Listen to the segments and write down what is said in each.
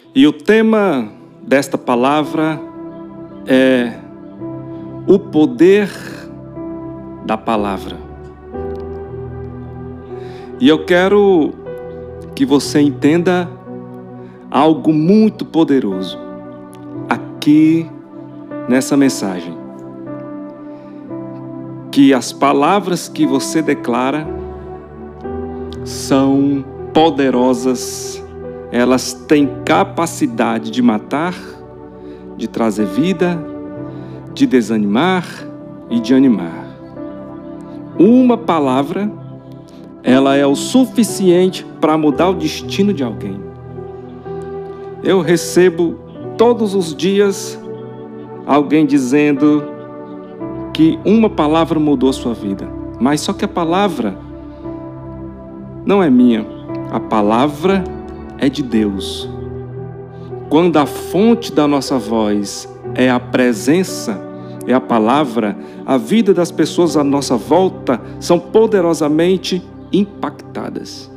E o tema desta palavra é o poder da palavra. E eu quero que você entenda algo muito poderoso aqui nessa mensagem. Que as palavras que você declara são poderosas, elas têm capacidade de matar, de trazer vida, de desanimar e de animar. Uma palavra, ela é o suficiente para mudar o destino de alguém. Eu recebo todos os dias alguém dizendo que uma palavra mudou a sua vida. Mas só que a palavra não é minha. A palavra é de Deus. Quando a fonte da nossa voz é a presença, é a palavra, a vida das pessoas à nossa volta são poderosamente impactadas.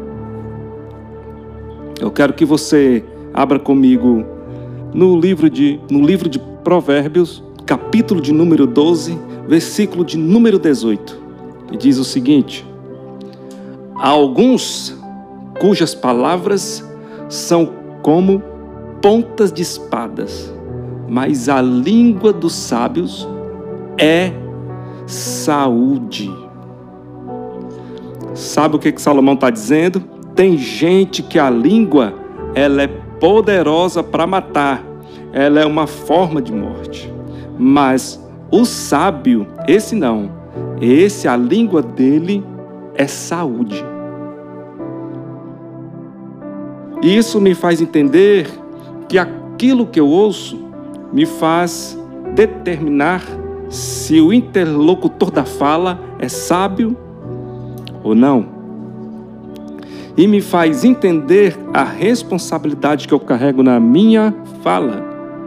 Eu quero que você abra comigo no livro de Provérbios, capítulo de número 12, versículo de número 18. E diz o seguinte: há alguns cujas palavras são como pontas de espadas, mas a língua dos sábios é saúde. Sabe o que Salomão está dizendo? Tem gente que a língua, ela é poderosa para matar, ela é uma forma de morte. Mas o sábio, esse não, a língua dele é saúde. E isso me faz entender que aquilo que eu ouço me faz determinar se o interlocutor da fala é sábio ou não. E me faz entender a responsabilidade que eu carrego na minha fala.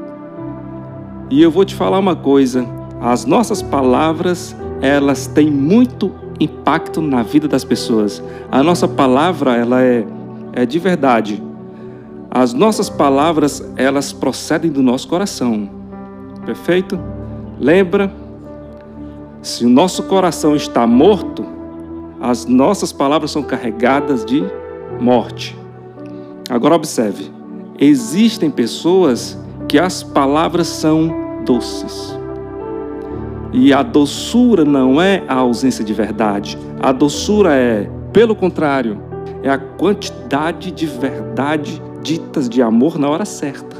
E eu vou te falar uma coisa: as nossas palavras, elas têm muito impacto na vida das pessoas. A nossa palavra, ela é de verdade. As nossas palavras, elas procedem do nosso coração. Perfeito? Lembra? Se o nosso coração está morto, as nossas palavras são carregadas de morte. Agora observe, existem pessoas que as palavras são doces. E a doçura não é a ausência de verdade. A doçura é, pelo contrário, é a quantidade de verdade ditas de amor na hora certa.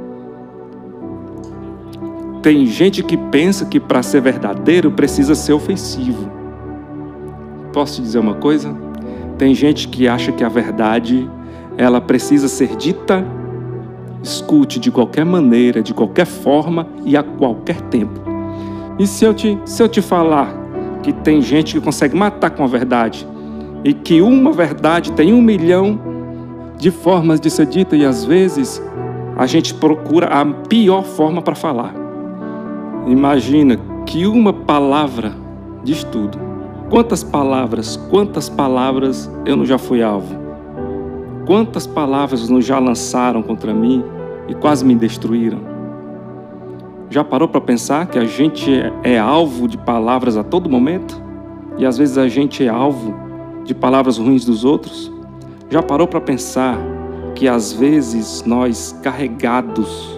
Tem gente que pensa que para ser verdadeiro precisa ser ofensivo. Posso te dizer uma coisa? Tem gente que acha que a verdade, ela precisa ser dita, escute, de qualquer maneira, de qualquer forma e a qualquer tempo. E se eu te falar que tem gente que consegue matar com a verdade e que uma verdade tem 1 milhão de formas de ser dita e às vezes a gente procura a pior forma para falar. Imagina que uma palavra diz tudo. Quantas palavras eu não já fui alvo? Quantas palavras não já lançaram contra mim e quase me destruíram? Já parou para pensar que a gente é alvo de palavras a todo momento? E às vezes a gente é alvo de palavras ruins dos outros? Já parou para pensar que às vezes nós, carregados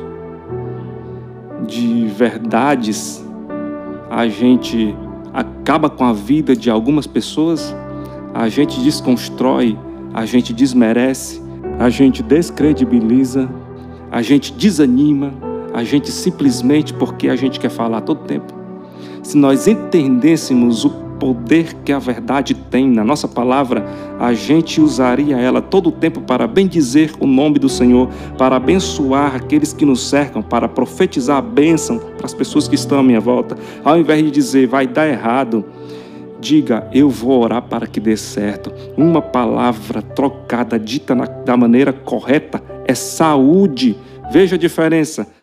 de verdades, a gente acaba com a vida de algumas pessoas? A gente desconstrói, a gente desmerece, a gente descredibiliza, a gente desanima, a gente simplesmente porque a gente quer falar todo tempo. Se nós entendêssemos o poder que a verdade tem na nossa palavra, a gente usaria ela todo o tempo para bendizer o nome do Senhor, para abençoar aqueles que nos cercam, para profetizar a bênção para as pessoas que estão à minha volta. Ao invés de dizer, vai dar errado, diga, eu vou orar para que dê certo. Uma palavra trocada, dita da maneira correta, é saúde. Veja a diferença.